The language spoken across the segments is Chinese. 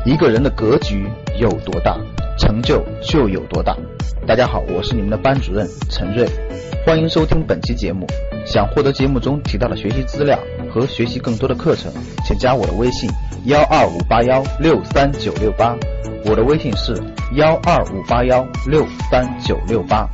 一个人的格局有多大，成就就有多大。大家好，我是你们的班主任陈瑞，欢迎收听本期节目。想获得节目中提到的学习资料和学习更多的课程，请加我的微信12581639668，我的微信是12581639668。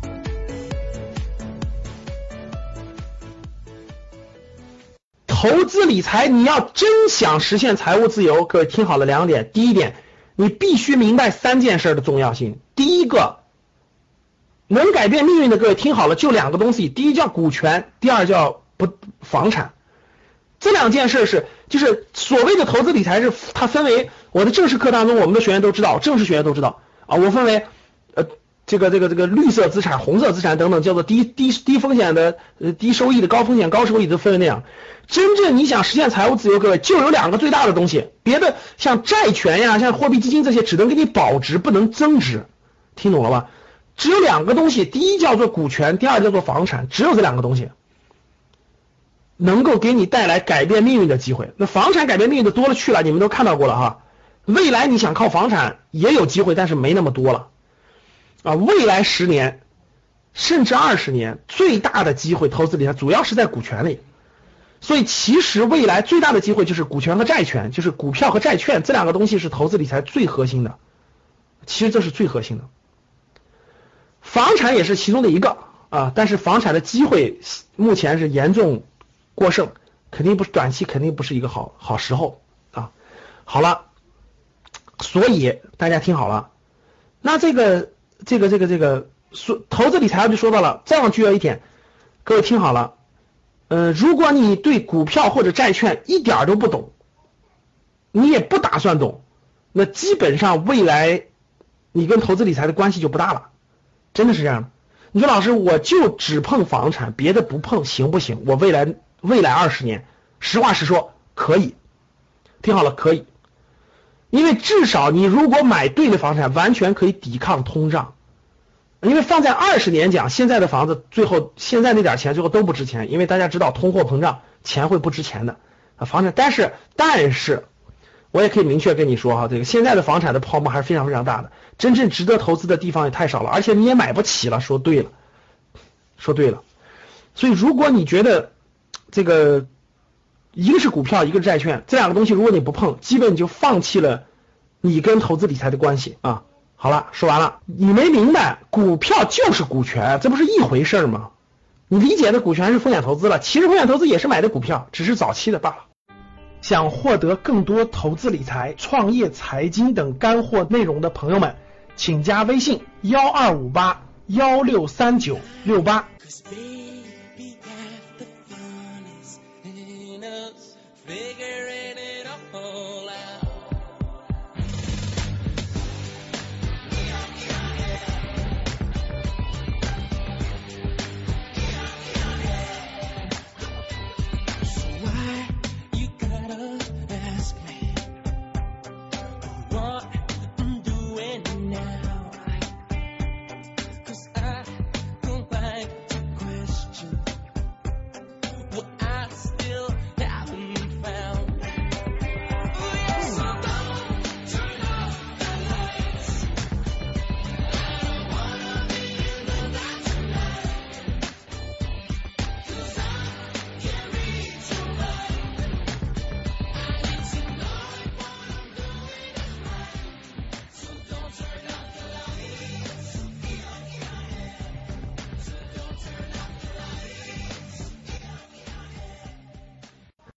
投资理财，你要真想实现财务自由，各位听好了两点。第一点，你必须明白三件事的重要性。第一个，能改变命运的，各位听好了，就两个东西，第一叫股权，第二叫房产。这两件事就是所谓的投资理财是它分为，我的正式课当中我们的学员都知道，正式学员都知道啊，我分为这个绿色资产、红色资产等等，叫做低风险的、低收益的、高风险高收益的，分为那样。真正你想实现财务自由，各位就有两个最大的东西，别的像债权呀、像货币基金这些只能给你保值不能增值，听懂了吧？只有两个东西，第一叫做股权，第二叫做房产，只有这两个东西能够给你带来改变命运的机会。那房产改变命运的多了去了，你们都看到过了哈。未来你想靠房产也有机会，但是没那么多了啊。未来10年甚至20年最大的机会投资理财主要是在股权里。所以其实未来最大的机会就是股权和债权，就是股票和债券，这两个东西是投资理财最核心的，其实这是最核心的。房产也是其中的一个啊，但是房产的机会目前是严重过剩，肯定不是短期，肯定不是一个好时候啊。好了，所以大家听好了，那这个投资理财就说到了，再往具体一点，各位听好了。如果你对股票或者债券一点都不懂，你也不打算懂，那基本上未来你跟投资理财的关系就不大了，真的是这样的。你说老师，我就只碰房产，别的不碰，行不行？我未来20年，实话实说，可以。听好了，可以，因为至少你如果买对的房产，完全可以抵抗通胀。因为放在20年讲，现在的房子最后现在那点钱最后都不值钱，因为大家知道通货膨胀，钱会不值钱的啊。房产，但是我也可以明确跟你说哈，这个现在的房产的泡沫还是非常非常大的，真正值得投资的地方也太少了，而且你也买不起了。说对了。所以如果你觉得这个一个是股票，一个是债券，这两个东西如果你不碰，基本你就放弃了你跟投资理财的关系啊。好了，说完了，你没明白，股票就是股权，这不是一回事吗？你理解的股权是风险投资了，其实风险投资也是买的股票，只是早期的罢了。想获得更多投资理财、创业、财经等干货内容的朋友们，请加微信12581639668。